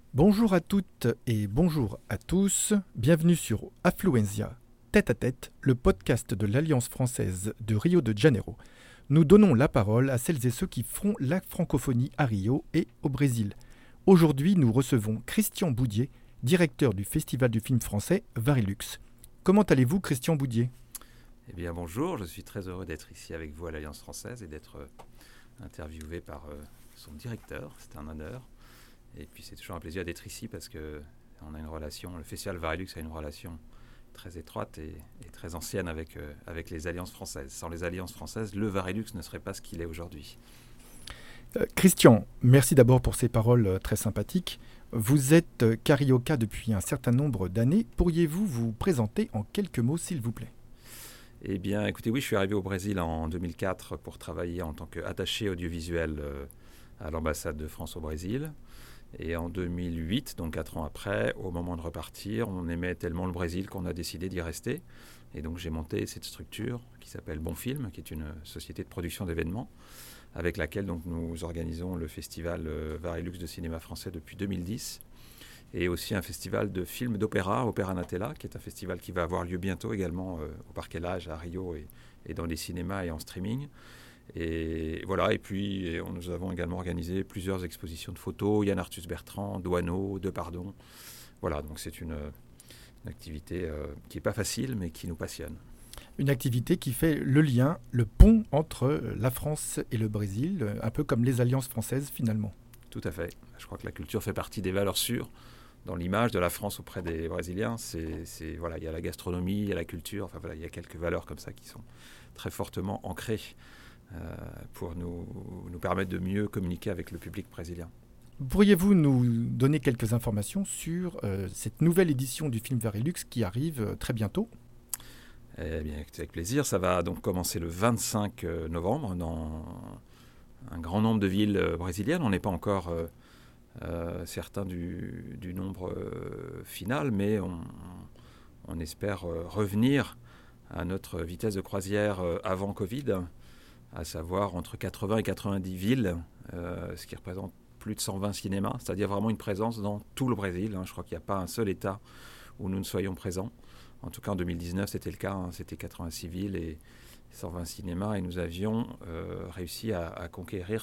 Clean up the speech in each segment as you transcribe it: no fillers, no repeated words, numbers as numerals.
Bonjour à toutes et bonjour à tous, bienvenue sur Affluencia, Tête à Tête, le podcast de l'Alliance française de Rio de Janeiro. Nous donnons la parole à celles et ceux qui feront la francophonie à Rio et au Brésil. Aujourd'hui, nous recevons Christian Boudier, directeur du Festival du film français Varilux. Comment allez-vous, Christian Boudier ? Eh bien bonjour, je suis très heureux d'être ici avec vous à l'Alliance française et d'être interviewé par son directeur, c'est un honneur. Et puis c'est toujours un plaisir d'être ici parce que on a une relation, le Festival Varilux a une relation très étroite et très ancienne avec les Alliances françaises. Sans les Alliances françaises, le Varilux ne serait pas ce qu'il est aujourd'hui. Christian, merci d'abord pour ces paroles très sympathiques. Vous êtes carioca depuis un certain nombre d'années. Pourriez-vous vous présenter en quelques mots, s'il vous plaît ? Eh bien, écoutez, oui, je suis arrivé au Brésil en 2004 pour travailler en tant qu'attaché audiovisuel à l'ambassade de France au Brésil. Et en 2008, donc 4 ans après, au moment de repartir, on aimait tellement le Brésil qu'on a décidé d'y rester. Et donc j'ai monté cette structure qui s'appelle Bon Film, qui est une société de production d'événements, avec laquelle donc, nous organisons le festival Varilux de cinéma français depuis 2010. Et aussi un festival de films d'opéra, Opéra Natella, qui est un festival qui va avoir lieu bientôt également au Parc El Hadj à Rio et dans les cinémas et en streaming. Et voilà, et puis nous avons également organisé plusieurs expositions de photos, Yann Arthus Bertrand, Doineau, Depardon. Voilà, donc c'est une activité qui n'est pas facile, mais qui nous passionne. Une activité qui fait le lien, le pont entre la France et le Brésil, un peu comme les alliances françaises finalement. Tout à fait. Je crois que la culture fait partie des valeurs sûres dans l'image de la France auprès des Brésiliens. Voilà, il y a la gastronomie, il y a la culture, enfin voilà, il y a quelques valeurs comme ça qui sont très fortement ancrées pour nous permettre de mieux communiquer avec le public brésilien. Pourriez-vous nous donner quelques informations sur cette nouvelle édition du film Varilux qui arrive très bientôt ? Eh bien, avec plaisir. Ça va donc commencer le 25 novembre dans un grand nombre de villes brésiliennes. On n'est pas encore certain du nombre final, mais on espère revenir à notre vitesse de croisière avant Covid, à savoir entre 80 et 90 villes, ce qui représente plus de 120 cinémas, c'est-à-dire vraiment une présence dans tout le Brésil. Je crois qu'il n'y a pas un seul État où nous ne soyons présents. En tout cas, en 2019, c'était le cas. C'était 86 villes et 120 cinémas. Et nous avions réussi à conquérir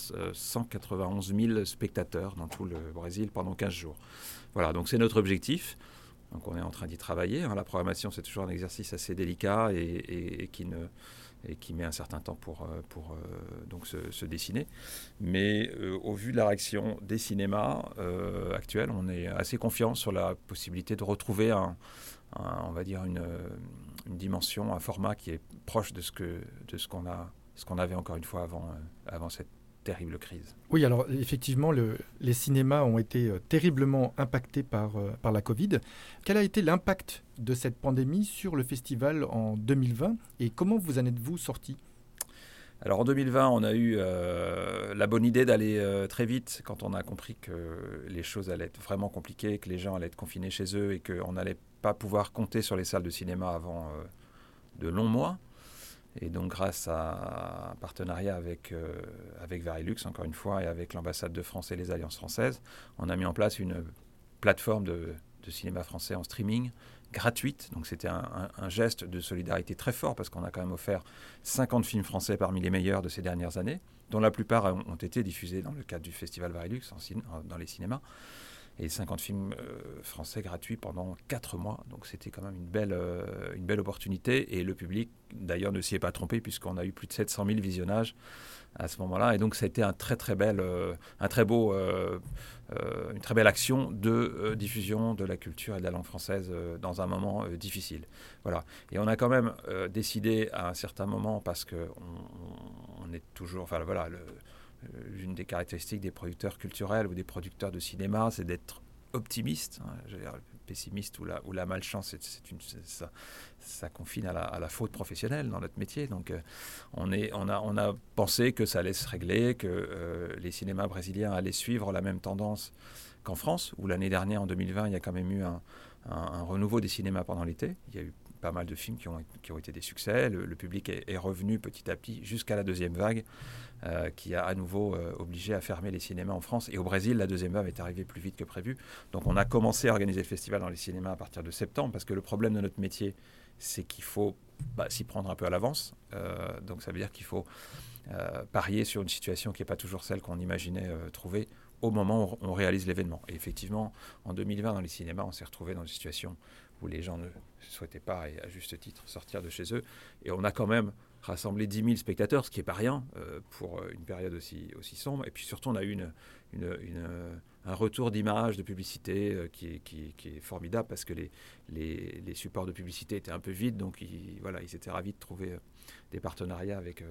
191 000 spectateurs dans tout le Brésil pendant 15 jours. Voilà, donc c'est notre objectif. Donc on est en train d'y travailler. La programmation, c'est toujours un exercice assez délicat et qui met un certain temps pour donc se dessiner. Mais au vu de la réaction des cinémas actuels, on est assez confiant sur la possibilité de retrouver on va dire une dimension, un format qui est proche de ce qu'on avait encore une fois avant cette terrible crise. Oui, alors effectivement, les cinémas ont été terriblement impactés par la Covid. Quel a été l'impact de cette pandémie sur le festival en 2020 et comment vous en êtes-vous sortis ? Alors en 2020, on a eu la bonne idée d'aller très vite quand on a compris que les choses allaient être vraiment compliquées, que les gens allaient être confinés chez eux et qu'on n'allait pas pouvoir compter sur les salles de cinéma avant de longs mois. Et donc grâce à un partenariat avec Varilux, encore une fois, et avec l'ambassade de France et les Alliances françaises, on a mis en place une plateforme de cinéma français en streaming gratuite. Donc c'était un geste de solidarité très fort parce qu'on a quand même offert 50 films français parmi les meilleurs de ces dernières années, dont la plupart ont été diffusés dans le cadre du Festival Varilux dans les cinémas. Et 50 films français gratuits pendant 4 mois. Donc c'était quand même une belle opportunité. Et le public, d'ailleurs, ne s'y est pas trompé puisqu'on a eu plus de 700 000 visionnages à ce moment-là. Et donc ça a été une très belle action de diffusion de la culture et de la langue française dans un moment difficile. Voilà. Et on a quand même décidé à un certain moment, parce qu'on est toujours... Enfin voilà... L'une des caractéristiques des producteurs culturels ou des producteurs de cinéma, c'est d'être optimiste. Je veux dire, pessimiste ou la malchance, ça confine à la faute professionnelle dans notre métier. Donc, on a pensé que ça allait se régler, que les cinémas brésiliens allaient suivre la même tendance qu'en France, où l'année dernière, en 2020, il y a quand même eu un renouveau des cinémas pendant l'été. Il y a eu pas mal de films qui ont été des succès. Le public est revenu petit à petit jusqu'à la deuxième vague, qui a à nouveau obligé à fermer les cinémas en France. Et au Brésil, la deuxième vague est arrivée plus vite que prévu. Donc on a commencé à organiser le festival dans les cinémas à partir de septembre, parce que le problème de notre métier, c'est qu'il faut s'y prendre un peu à l'avance. Donc ça veut dire qu'il faut parier sur une situation qui n'est pas toujours celle qu'on imaginait trouver au moment où on réalise l'événement. Et effectivement, en 2020, dans les cinémas, on s'est retrouvé dans une situation où les gens ne souhaitaient pas, et à juste titre, sortir de chez eux. Et on a quand même rassemblé 10 000 spectateurs, ce qui n'est pas rien pour une période aussi sombre. Et puis surtout, on a eu un retour d'image, de publicité qui est formidable, parce que les supports de publicité étaient un peu vides. Donc ils étaient ravis de trouver des partenariats avec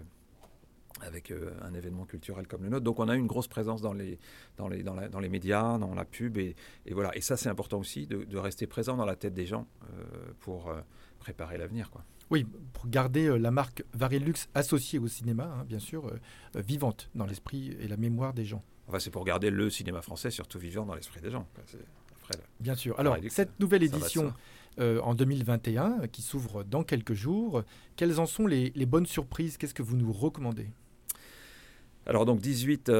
un événement culturel comme le nôtre. Donc on a eu une grosse présence dans les médias, dans la pub, et voilà. Et ça, c'est important aussi, de rester présent dans la tête des gens pour préparer l'avenir, quoi. Oui, pour garder la marque Varilux associée au cinéma, bien sûr, vivante dans l'esprit et la mémoire des gens. Enfin, c'est pour garder le cinéma français surtout vivant dans l'esprit des gens. Bien sûr. Alors, cette nouvelle édition en 2021, qui s'ouvre dans quelques jours, quelles en sont les bonnes surprises? Qu'est-ce que vous nous recommandez? Alors donc 18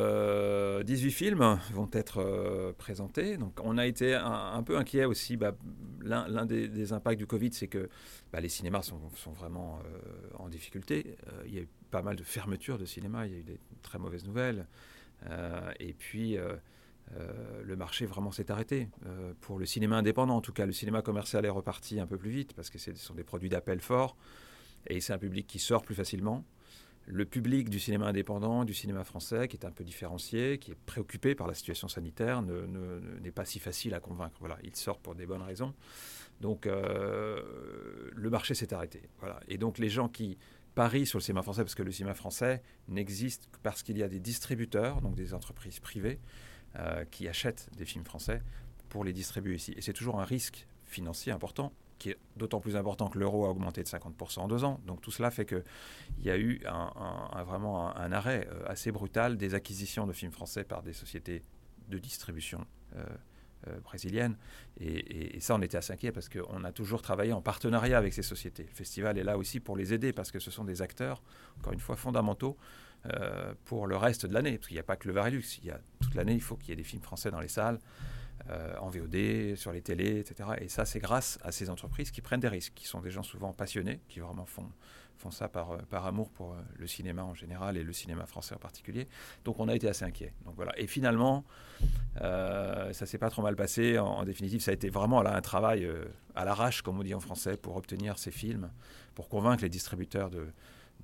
films vont être présentés. Donc on a été un peu inquiet aussi. L'un des impacts du Covid, c'est que les cinémas sont vraiment en difficulté. Il y a eu pas mal de fermetures de cinémas, il y a eu des très mauvaises nouvelles. Et puis le marché vraiment s'est arrêté. Pour le cinéma indépendant, en tout cas, le cinéma commercial est reparti un peu plus vite, parce que ce sont des produits d'appel forts, et c'est un public qui sort plus facilement. Le public du cinéma indépendant, du cinéma français, qui est un peu différencié, qui est préoccupé par la situation sanitaire, n'est pas si facile à convaincre. Voilà, il sort pour des bonnes raisons. Donc, le marché s'est arrêté. Voilà. Et donc, les gens qui parient sur le cinéma français, parce que le cinéma français n'existe que parce qu'il y a des distributeurs, donc des entreprises privées, qui achètent des films français pour les distribuer ici. Et c'est toujours un risque financier important, qui est d'autant plus important que l'euro a augmenté de 50% en 2 ans. Donc tout cela fait qu'il y a eu vraiment un arrêt assez brutal des acquisitions de films français par des sociétés de distribution brésiliennes. Et ça, on était assez inquiets, parce qu'on a toujours travaillé en partenariat avec ces sociétés. Le festival est là aussi pour les aider, parce que ce sont des acteurs, encore une fois, fondamentaux pour le reste de l'année. Parce qu'il n'y a pas que le Varilux. Toute l'année, il faut qu'il y ait des films français dans les salles, en VOD, sur les télés, etc. Et ça, c'est grâce à ces entreprises qui prennent des risques, qui sont des gens souvent passionnés, qui vraiment font ça par amour pour le cinéma en général et le cinéma français en particulier. Donc on a été assez inquiets. Donc voilà. Et finalement, ça s'est pas trop mal passé. En définitive, ça a été vraiment un travail à l'arrache, comme on dit en français, pour obtenir ces films, pour convaincre les distributeurs de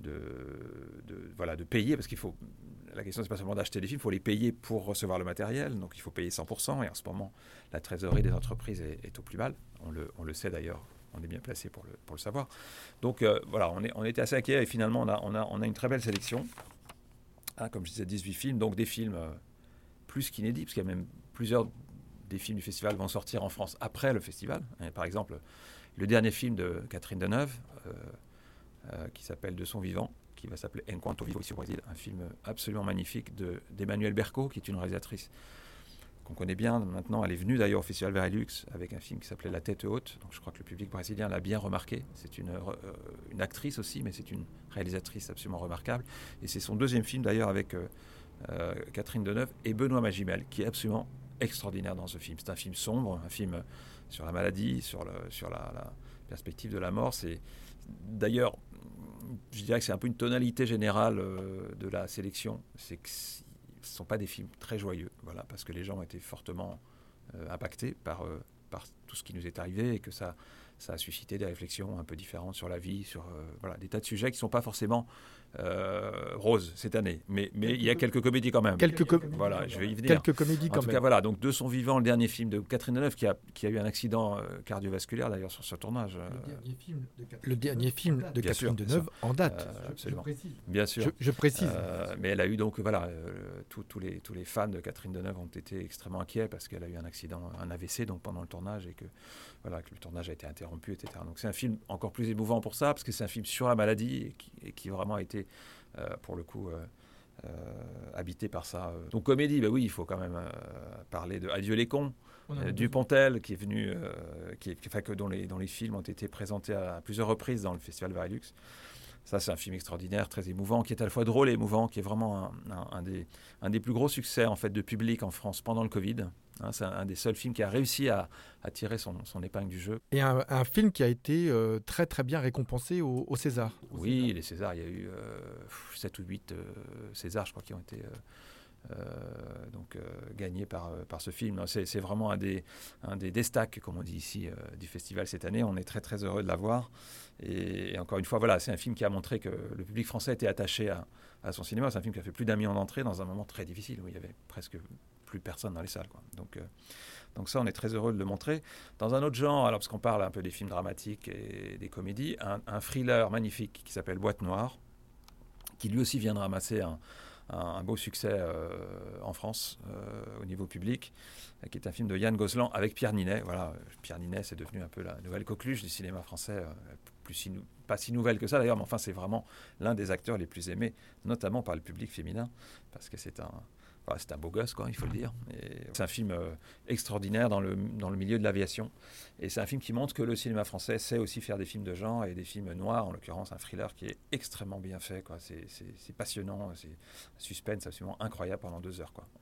payer, parce qu'il faut. La question, c'est pas seulement d'acheter des films, il faut les payer pour recevoir le matériel. Donc il faut payer 100%. Et en ce moment, la trésorerie des entreprises est au plus mal. On le sait d'ailleurs. On est bien placé pour le savoir. Donc voilà, on était assez inquiets, et finalement on a une très belle sélection. Comme je disais, 18 films, donc des films plus qu'inédits, parce qu'il y a même plusieurs des films du festival vont sortir en France après le festival. Par exemple, le dernier film de Catherine Deneuve, qui s'appelle De son vivant, qui va s'appeler Enquanto Vivo ici au Brésil, un film absolument magnifique d'Emmanuelle Berco, qui est une réalisatrice qu'on connaît bien maintenant. Elle est venue d'ailleurs au Festival Varilux avec un film qui s'appelait La tête haute. Donc je crois que le public brésilien l'a bien remarqué. C'est une actrice aussi, mais c'est une réalisatrice absolument remarquable. Et c'est son deuxième film d'ailleurs avec Catherine Deneuve et Benoît Magimel, qui est absolument extraordinaire dans ce film. C'est un film sombre, un film sur la maladie, sur la perspective de la mort. C'est d'ailleurs, je dirais que c'est un peu une tonalité générale de la sélection. C'est que ce ne sont pas des films très joyeux, voilà, parce que les gens ont été fortement impactés par tout ce qui nous est arrivé, et que ça a suscité des réflexions un peu différentes sur la vie, sur des tas de sujets qui ne sont pas forcément roses cette année. Mais il y a quelques comédies quand même. Voilà, je vais y venir. Quelques comédies quand même. En tout cas, voilà, donc De son vivant, le dernier film de Catherine Deneuve, qui a eu un accident cardiovasculaire d'ailleurs sur ce tournage. Le dernier film de Catherine Deneuve en date. Absolument. Je précise. Bien sûr. Je précise. Mais elle a eu donc, tous les fans de Catherine Deneuve ont été extrêmement inquiets, parce qu'elle a eu un accident, un AVC, donc pendant le tournage, et que le tournage a été interrompu, etc. Donc c'est un film encore plus émouvant pour ça, parce que c'est un film sur la maladie, et qui vraiment a été, pour le coup, habité par ça. Donc comédie, oui, il faut quand même parler de Adieu les cons, Dupontel, qui est venu, dont les films ont été présentés à plusieurs reprises dans le Festival Varilux. Ça, c'est un film extraordinaire, très émouvant, qui est à la fois drôle et émouvant, qui est vraiment un des plus gros succès en fait, de public en France pendant le Covid. C'est un des seuls films qui a réussi à tirer son épingle du jeu. Et un film qui a été très très bien récompensé au César. Oui, les Césars, il y a eu 7 ou 8 Césars, je crois, qui ont été gagnés par ce film. C'est vraiment un des destacks, comme on dit ici, du festival cette année. On est très très heureux de l'avoir. Et encore une fois, voilà, c'est un film qui a montré que le public français était attaché à son cinéma. C'est un film qui a fait plus d'1 million d'entrées dans un moment très difficile où il y avait presque plus personne dans les salles, quoi. Donc ça, on est très heureux de le montrer. Dans un autre genre, alors parce qu'on parle un peu des films dramatiques et des comédies, un thriller magnifique qui s'appelle Boîte Noire, qui lui aussi vient de ramasser un beau succès en France au niveau public, qui est un film de Yann Gosselin avec Pierre Ninet. Voilà, Pierre Ninet, c'est devenu un peu la nouvelle coqueluche du cinéma français, pas si nouvelle que ça d'ailleurs, mais enfin c'est vraiment l'un des acteurs les plus aimés, notamment par le public féminin, parce que c'est un beau gosse, quoi, il faut le dire. C'est un film extraordinaire dans le milieu de l'aviation. Et c'est un film qui montre que le cinéma français sait aussi faire des films de genre et des films noirs, en l'occurrence un thriller qui est extrêmement bien fait, quoi. C'est passionnant, c'est un suspense absolument incroyable pendant 2 heures, quoi.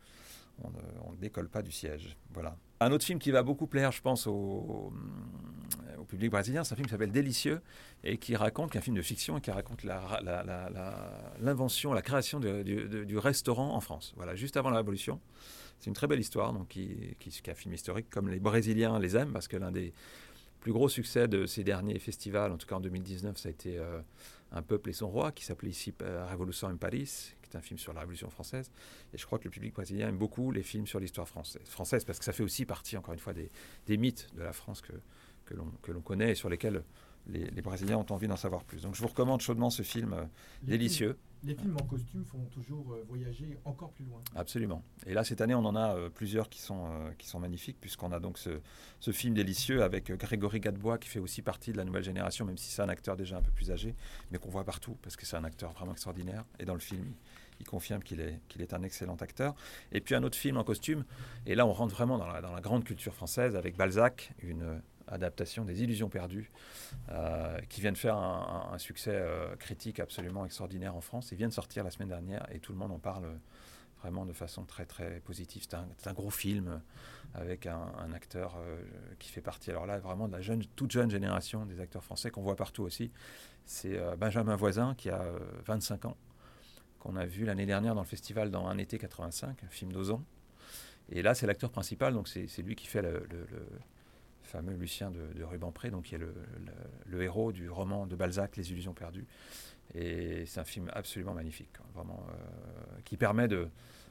On ne décolle pas du siège. Voilà. Un autre film qui va beaucoup plaire, je pense, au public brésilien, c'est un film qui s'appelle Délicieux et qui est un film de fiction et qui raconte l'invention, la création du restaurant en France. Voilà, juste avant la Révolution. C'est une très belle histoire, donc qui est un film historique, comme les Brésiliens les aiment, parce que l'un des plus gros succès de ces derniers festivals, en tout cas en 2019, ça a été Un peuple et son roi, qui s'appelait ici Révolution en Paris, qui est un film sur la Révolution française. Et je crois que le public brésilien aime beaucoup les films sur l'histoire française, parce que ça fait aussi partie, encore une fois, des mythes de la France que l'on connaît et sur lesquels les Brésiliens ont envie d'en savoir plus. Donc je vous recommande chaudement ce film délicieux. Les films en costume font toujours voyager encore plus loin. Absolument. Et là, cette année, on en a plusieurs qui sont magnifiques, puisqu'on a donc ce film délicieux avec Grégory Gadebois, qui fait aussi partie de la nouvelle génération, même si c'est un acteur déjà un peu plus âgé, mais qu'on voit partout, parce que c'est un acteur vraiment extraordinaire. Et dans le film, il confirme qu'il est un excellent acteur. Et puis un autre film en costume, et là, on rentre vraiment dans la grande culture française, avec Balzac, une adaptation des Illusions perdues, qui vient de faire un succès critique absolument extraordinaire en France. Il vient de sortir la semaine dernière et tout le monde en parle vraiment de façon très très positive. C'est un gros film avec un acteur qui fait partie, alors là, vraiment de la toute jeune génération des acteurs français qu'on voit partout aussi. C'est Benjamin Voisin, qui a 25 ans, qu'on a vu l'année dernière dans le festival dans Un été 85, un film d'Ozon. Et là, c'est l'acteur principal, donc c'est lui qui fait le fameux Lucien de Rubempré, donc qui est le héros du roman de Balzac, Les Illusions perdues. Et c'est un film absolument magnifique, vraiment, qui permet de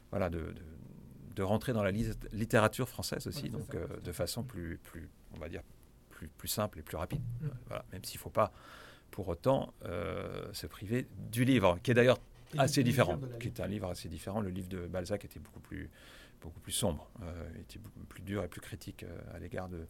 rentrer dans la littérature française aussi, donc de façon plus, on va dire, plus simple et plus rapide. Voilà, même s'il ne faut pas pour autant se priver du livre, qui est d'ailleurs assez différent, qui est un livre assez différent. Le livre de Balzac était beaucoup plus sombre, était beaucoup plus dur et plus critique à l'égard de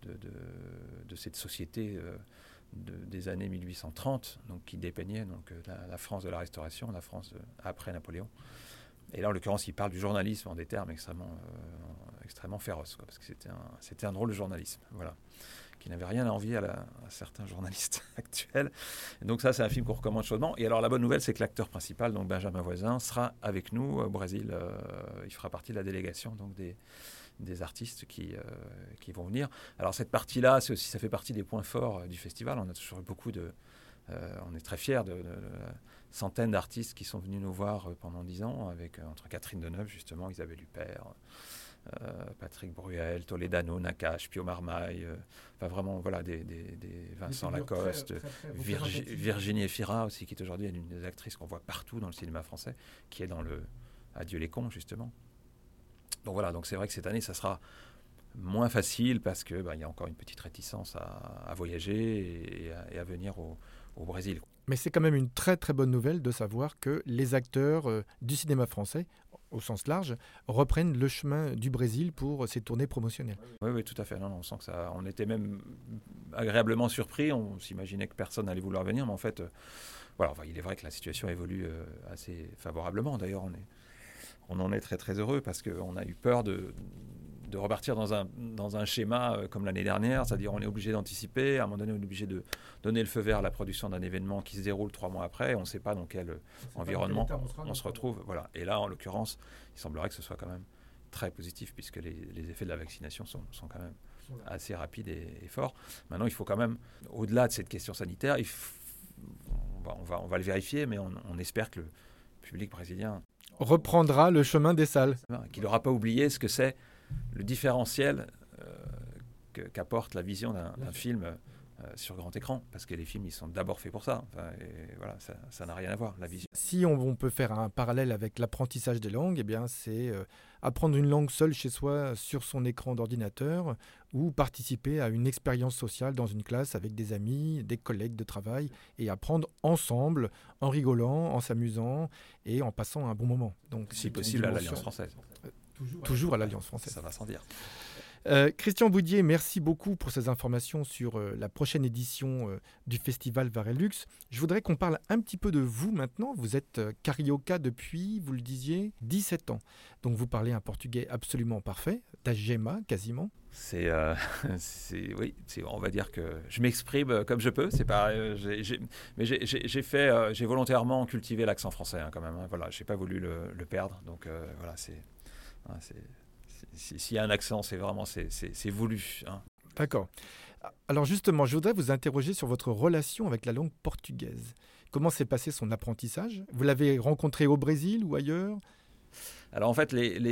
cette société des années 1830, donc qui dépeignait donc la France de la Restauration, la France après Napoléon. Et là, en l'occurrence, il parle du journalisme en des termes extrêmement féroces, quoi, parce que c'était un drôle de journalisme, voilà, qui n'avait rien à envier à certains journalistes actuels. Et donc ça, c'est un film qu'on recommande chaudement. Et alors, la bonne nouvelle, c'est que l'acteur principal, donc Benjamin Voisin, sera avec nous au Brésil. Il fera partie de la délégation donc des artistes qui vont venir. Alors cette partie-là, ça fait partie des points forts du festival. On a toujours eu on est très fiers de centaines d'artistes qui sont venus nous voir pendant 10 ans, avec entre Catherine Deneuve, justement, Isabelle Huppert, Patrick Bruel, Toledano, Nakache, Pio Marmaille, enfin vraiment voilà, des Vincent Lacoste, Virginie Efira aussi, qui est aujourd'hui une des actrices qu'on voit partout dans le cinéma français, qui est dans le Adieu les cons, justement. Donc voilà, donc c'est vrai que cette année, ça sera moins facile parce que il y a encore une petite réticence à voyager et à venir au Brésil. Mais c'est quand même une très très bonne nouvelle de savoir que les acteurs du cinéma français, au sens large, reprennent le chemin du Brésil pour ces tournées promotionnelles. Oui, tout à fait. Non, on sent que ça. On était même agréablement surpris. On s'imaginait que personne n'allait vouloir venir, mais en fait, voilà. Enfin, il est vrai que la situation évolue assez favorablement. D'ailleurs, on en est très très heureux parce qu'on a eu peur de repartir dans un schéma comme l'année dernière, c'est-à-dire on est obligé d'anticiper, à un moment donné on est obligé de donner le feu vert à la production d'un événement qui se déroule 3 mois après, on ne sait pas dans quel environnement on se retrouve. Voilà. Et là, en l'occurrence, il semblerait que ce soit quand même très positif, puisque les effets de la vaccination sont quand même assez rapides et forts. Maintenant, il faut quand même, au-delà de cette question sanitaire, on va le vérifier, mais on espère que le public brésilien reprendra le chemin des salles. Qu'il n'aura pas oublié ce que c'est le différentiel qu'apporte la vision d'un film sur grand écran, parce que les films ils sont d'abord faits pour ça. Enfin, et voilà, ça n'a rien à voir, la vision. Si on peut faire un parallèle avec l'apprentissage des langues, eh bien c'est apprendre une langue seule chez soi sur son écran d'ordinateur ou participer à une expérience sociale dans une classe avec des amis, des collègues de travail et apprendre ensemble en rigolant, en s'amusant et en passant un bon moment. Donc, si possible à l'Alliance française. Toujours à l'Alliance française. Ça va sans dire. Christian Boudier, merci beaucoup pour ces informations sur la prochaine édition du festival Varelux. Je voudrais qu'on parle un petit peu de vous maintenant. Vous êtes carioca depuis, vous le disiez, 17 ans. Donc vous parlez un portugais absolument parfait, da gema quasiment. Oui, on va dire que je m'exprime comme je peux. C'est pas, mais j'ai volontairement cultivé l'accent français quand même. Voilà, j'ai pas voulu le perdre. Donc voilà, s'il y a un accent, c'est vraiment c'est voulu. D'accord. Alors justement, je voudrais vous interroger sur votre relation avec la langue portugaise. Comment s'est passé son apprentissage ? Vous l'avez rencontré au Brésil ou ailleurs ? Alors en fait,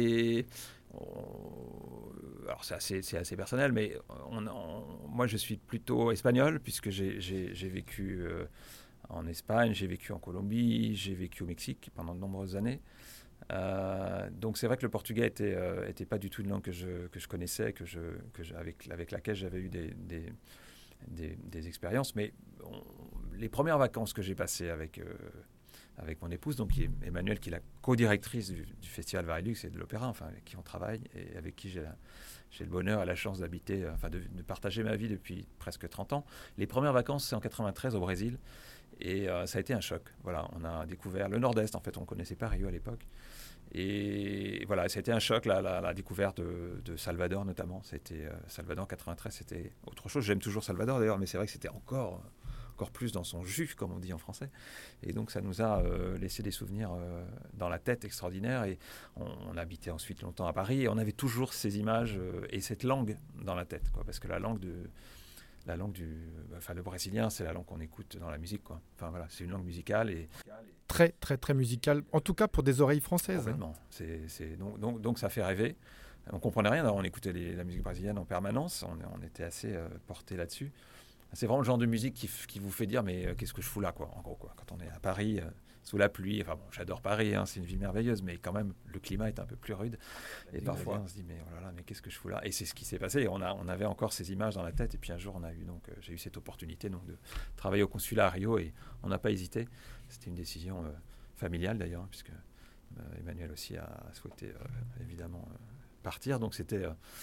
alors c'est assez personnel, mais moi je suis plutôt espagnol, puisque j'ai vécu en Espagne, j'ai vécu en Colombie, j'ai vécu au Mexique pendant de nombreuses années. Donc c'est vrai que le portugais était pas du tout une langue que je connaissais, avec laquelle j'avais eu des expériences. Mais les premières vacances que j'ai passées avec mon épouse, donc Emmanuelle, qui est la co-directrice du festival Varelux et de l'opéra, enfin avec qui on travaille et avec qui j'ai le bonheur et la chance d'habiter, enfin de partager ma vie depuis presque 30 ans. Les premières vacances, c'est en 93 au Brésil. Et ça a été un choc. Voilà, on a découvert le Nord-Est. En fait, on ne connaissait pas Rio à l'époque. Et voilà, ça a été un choc, la découverte de Salvador notamment. Salvador 93, c'était autre chose. J'aime toujours Salvador d'ailleurs, mais c'est vrai que c'était encore plus dans son jus, comme on dit en français. Et donc, ça nous a laissé des souvenirs dans la tête extraordinaires. Et on habitait ensuite longtemps à Paris. Et on avait toujours ces images et cette langue dans la tête, quoi, parce que le brésilien, c'est la langue qu'on écoute dans la musique, quoi. Enfin voilà, c'est une langue musicale et très très très musicale, en tout cas pour des oreilles françaises. Complètement. Donc ça fait rêver. On comprenait rien, on écoutait la musique brésilienne en permanence, on était assez porté là-dessus. C'est vraiment le genre de musique qui vous fait dire mais qu'est-ce que je fous là, quoi, en gros, quoi. Quand on est à Paris sous la pluie, enfin bon, j'adore Paris, c'est une ville merveilleuse, mais quand même le climat est un peu plus rude et parfois on se dit mais oh là là, mais qu'est-ce que je fous là. Et c'est ce qui s'est passé, et on avait encore ces images dans la tête, et puis un jour j'ai eu cette opportunité donc de travailler au consulat à Rio, et on n'a pas hésité. C'était une décision familiale d'ailleurs, puisque Emmanuel aussi a souhaité évidemment partir, donc c'était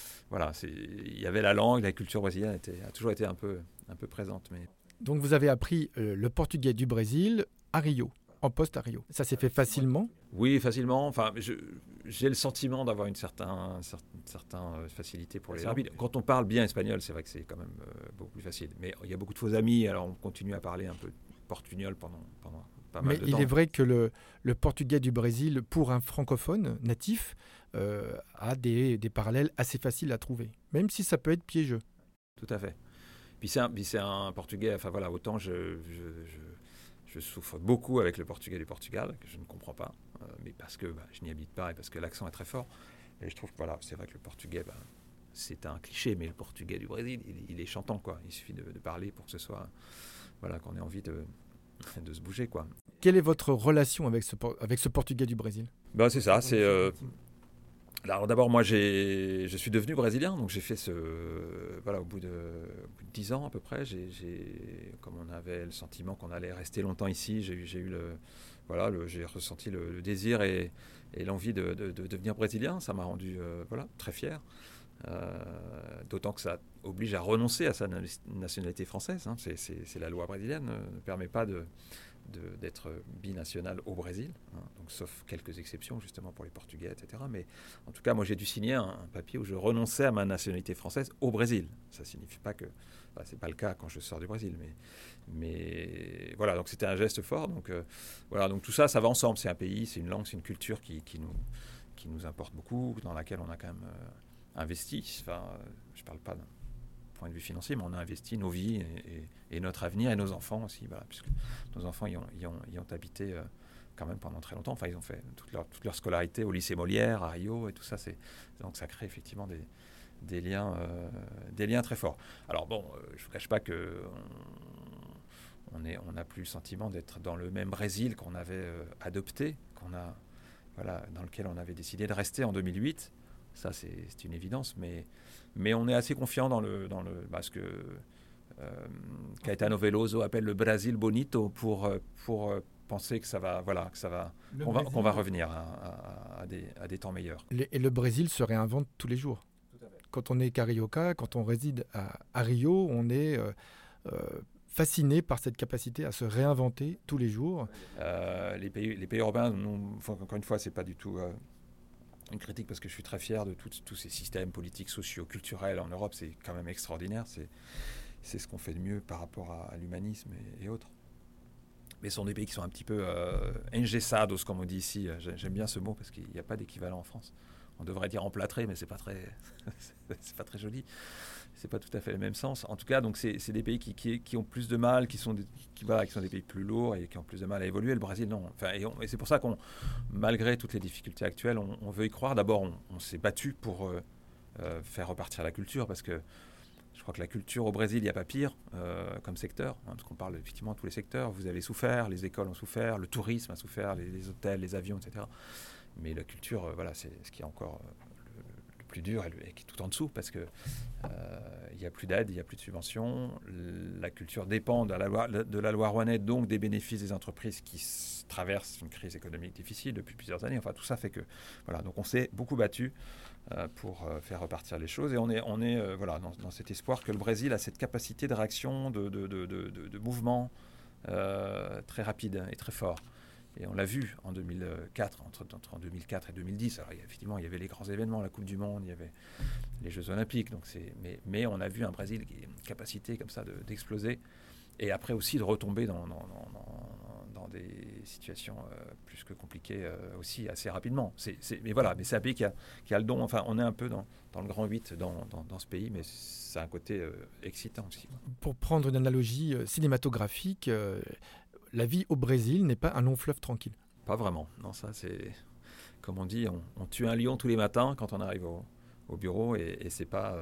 il y avait la langue, la culture brésilienne a toujours été un peu présente. Mais donc vous avez appris le portugais du Brésil à Rio, en poste à Rio. Ça s'est fait facilement ? Oui, facilement. Enfin, j'ai le sentiment d'avoir une certaine facilité pour les langues. Quand on parle bien espagnol, c'est vrai que c'est quand même beaucoup plus facile. Mais il y a beaucoup de faux amis, alors on continue à parler un peu portugnol pendant pas mal de temps. Mais il est vrai que le portugais du Brésil, pour un francophone natif, a des parallèles assez faciles à trouver, même si ça peut être piégeux. Tout à fait. Puis c'est un portugais, enfin voilà, autant je souffre beaucoup avec le portugais du Portugal, que je ne comprends pas, mais parce que je n'y habite pas et parce que l'accent est très fort. Et je trouve que c'est vrai que le portugais, c'est un cliché, mais le portugais du Brésil, il est chantant, quoi. Il suffit de parler pour que ce soit, qu'on ait envie de se bouger, quoi. Quelle est votre relation avec ce portugais du Brésil ? C'est ça, alors d'abord, moi, je suis devenu brésilien, donc j'ai fait au bout de 10 ans à peu près, comme on avait le sentiment qu'on allait rester longtemps ici, j'ai ressenti le désir et l'envie de devenir brésilien. Ça m'a rendu très fier, d'autant que ça oblige à renoncer à sa nationalité française. C'est la loi brésilienne ne permet pas d'être binational au Brésil, hein, donc, sauf quelques exceptions justement pour les Portugais, etc. Mais en tout cas, moi j'ai dû signer un papier où je renonçais à ma nationalité française au Brésil. Ça ne signifie pas que... c'est pas le cas quand je sors du Brésil, mais voilà, donc c'était un geste fort. Donc voilà, donc tout ça, ça va ensemble. C'est un pays, c'est une langue, c'est une culture qui nous importe beaucoup, dans laquelle on a quand même investi. Enfin, je parle pas d'un point de vue financier, mais on a investi nos vies et notre avenir et nos enfants aussi, voilà, puisque nos enfants y ont habité quand même pendant très longtemps. Enfin, ils ont fait toute leur scolarité au lycée Molière, à Rio, et tout ça. Donc ça crée effectivement des liens très forts. Alors bon, je ne vous cache pas que on n'a plus le sentiment d'être dans le même Brésil qu'on avait adopté, dans lequel on avait décidé de rester en 2008. Ça, c'est une évidence, mais on est assez confiant dans ce que Caetano Veloso appelle le Brasil bonito pour penser que ça va, qu'on va revenir à des temps meilleurs. Et le Brésil se réinvente tous les jours. Quand on est carioca, quand on réside à Rio, on est fasciné par cette capacité à se réinventer tous les jours. Les pays européens, encore une fois, c'est pas du tout une critique parce que je suis très fier de tous ces systèmes politiques, sociaux, culturels en Europe. C'est quand même extraordinaire. C'est ce qu'on fait de mieux par rapport à l'humanisme et autres. Mais ce sont des pays qui sont un petit peu engessados, comme on dit ici. J'aime bien ce mot parce qu'il n'y a pas d'équivalent en France. On devrait dire emplâtré, mais c'est pas très joli. C'est pas tout à fait le même sens. En tout cas, donc c'est des pays qui ont plus de mal, qui sont des pays plus lourds et qui ont plus de mal à évoluer. Le Brésil, non. Enfin, et c'est pour ça malgré toutes les difficultés actuelles, on veut y croire. D'abord, on s'est battu pour faire repartir la culture, parce que je crois que la culture au Brésil, il n'y a pas pire comme secteur, hein, parce qu'on parle effectivement de tous les secteurs. Vous avez souffert, les écoles ont souffert, le tourisme a souffert, les hôtels, les avions, etc. Mais la culture, c'est ce qui est encore le plus dur et qui est tout en dessous, parce que il n'y a plus d'aide, il n'y a plus de subventions. La culture dépend de la loi Rouanet, donc des bénéfices des entreprises qui traversent une crise économique difficile depuis plusieurs années. Enfin, tout ça fait que... Voilà, donc on s'est beaucoup battu pour faire repartir les choses. Et on est dans cet espoir que le Brésil a cette capacité de réaction, de mouvement très rapide et très fort. Et on l'a vu en 2004, entre 2004 et 2010. Alors, effectivement, il y avait les grands événements, la Coupe du Monde, il y avait les Jeux Olympiques. Donc mais on a vu un Brésil qui a une capacité comme ça d'exploser. Et après aussi de retomber dans des situations plus que compliquées aussi assez rapidement. Mais c'est un pays qui a le don. Enfin, on est un peu dans le grand 8 dans ce pays, mais c'est un côté excitant aussi. Pour prendre une analogie cinématographique, la vie au Brésil n'est pas un long fleuve tranquille. Pas vraiment. Non, ça c'est... Comme on dit, on tue un lion tous les matins quand on arrive au bureau, et c'est pas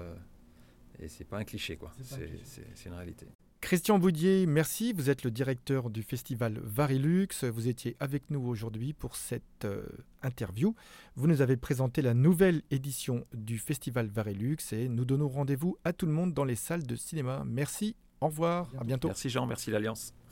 un cliché, quoi. C'est une réalité. Christian Boudier, merci. Vous êtes le directeur du festival Varilux. Vous étiez avec nous aujourd'hui pour cette interview. Vous nous avez présenté la nouvelle édition du festival Varilux et nous donnons rendez-vous à tout le monde dans les salles de cinéma. Merci, au revoir, à bientôt. Merci Jean, merci l'Alliance.